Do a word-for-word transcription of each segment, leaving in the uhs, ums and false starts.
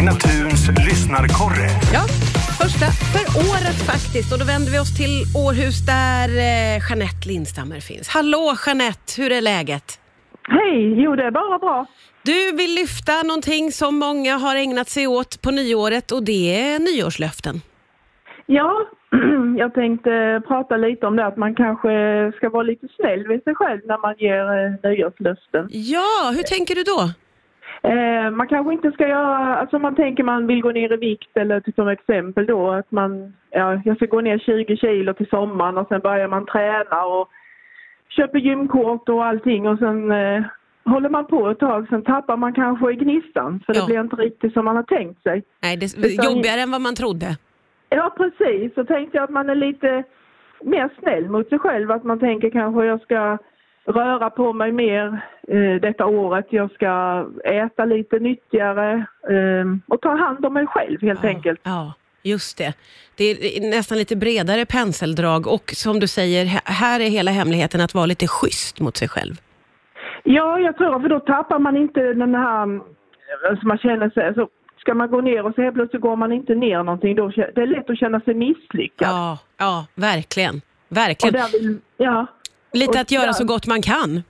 Stina Thuns lyssnarkorre. Ja, första för året faktiskt. Och då vänder vi oss till Århus där eh, Jeanette Lindstammer finns. Hallå Jeanette, hur är läget? Hej, jo det är bara bra. Du vill lyfta någonting som många har ägnat sig åt på nyåret och det är nyårslöften. Ja, jag tänkte prata lite om det att man kanske ska vara lite snäll vid sig själv när man ger eh, nyårslöften. Ja, hur tänker du då? Eh, man kanske inte ska göra, alltså man tänker man vill gå ner i vikt eller till som exempel då att man, ja, jag ska gå ner tjugo kilo till sommaren och sen börjar man träna och köper gymkort och allting och sen eh, håller man på ett tag, sen tappar man kanske i gnistan för ja. det blir inte riktigt som man har tänkt sig. Nej, det är Utan, jobbigare än vad man trodde. Ja, precis. Så tänkte jag att man är lite mer snäll mot sig själv. Att man tänker kanske jag ska röra på mig mer eh, detta året. Jag ska äta lite nyttigare eh, och ta hand om mig själv helt ja. enkelt. Ja, just det. Det är nästan lite bredare penseldrag och som du säger, här är hela hemligheten att vara lite schysst mot sig själv. Ja, jag tror för då tappar man inte den här, alltså man känner sig, alltså, ska man gå ner och så helt plötsligt går man inte ner någonting, då det är lätt att känna sig misslyckad. Ja, ja, verkligen. Verkligen. Och där vill, ja. Lite och att göra där, så gott man kan.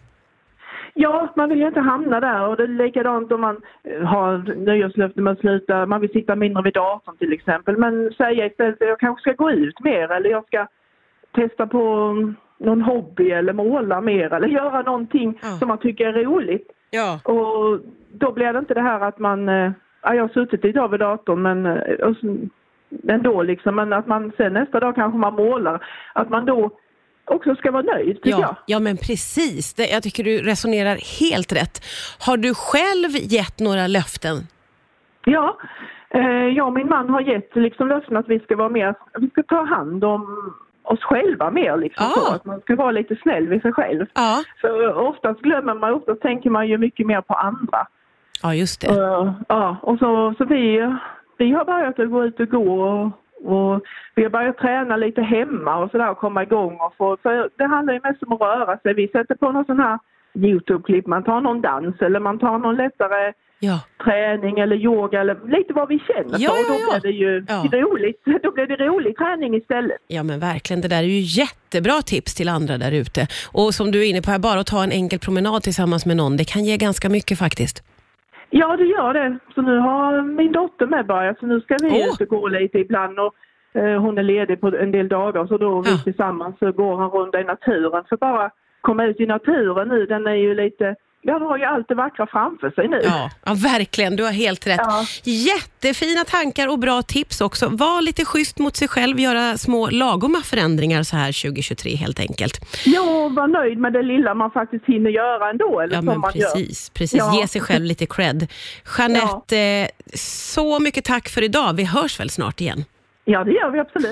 Ja, man vill ju inte hamna där och det är likadant om man har nyårslöften med att sluta, man vill sitta mindre vid datorn till exempel, men säga istället att jag kanske ska gå ut mer eller jag ska testa på någon hobby eller måla mer eller göra någonting ja. som man tycker är roligt. Ja. Och då blir det inte det här att man, ja, jag har suttit idag vid datorn men och ändå liksom, men att man sen nästa dag kanske man målar, att man då också ska vara nöjd, tycker ja, jag. Ja, men precis. Det, jag tycker du resonerar helt rätt. Har du själv gett några löften? Ja, eh, jag och min man har gett liksom löften att vi ska vara mer, vi ska ta hand om oss själva mer liksom, ah. så att man ska vara lite snäll vid sig själv. Ah. För oftast glömmer man, oftast tänker man ju mycket mer på andra. Ja, just det. Uh, ja, och så, så vi, vi har börjat att gå ut och gå och Och vi har börjat träna lite hemma och sådär och komma igång. Och få, för det handlar ju mest om att röra sig. Vi sätter på någon sån här YouTube-klipp. Man tar någon dans eller man tar någon lättare ja. träning eller yoga. Eller lite vad vi känner ja, för. Och då ja, ja. blir det ju ja. roligt. Då blir det rolig träning istället. Ja, men verkligen. Det där är ju jättebra tips till andra där ute. Och som du är inne på här, bara att ta en enkel promenad tillsammans med någon. Det kan ge ganska mycket faktiskt. Ja, det gör det. Så nu har min dotter med börjat. Så nu ska vi oh. ut och gå lite ibland. Och eh, hon är ledig på en del dagar. Så då ja. vi tillsammans så går han runda i naturen. Så bara komma ut i naturen nu. Den är ju lite... Ja, de har ju allt det vackra framför sig nu. Ja, ja, verkligen. Du har helt rätt. Ja. Jättefina tankar och bra tips också. Var lite schysst mot sig själv. Göra små lagoma förändringar så här tjugo tjugotre helt enkelt. Ja, var nöjd med det lilla man faktiskt hinner göra ändå. Eller ja, men man precis. Gör. precis. Ja. Ge sig själv lite cred. Jeanette, ja. så mycket tack för idag. Vi hörs väl snart igen? Ja, det gör vi absolut.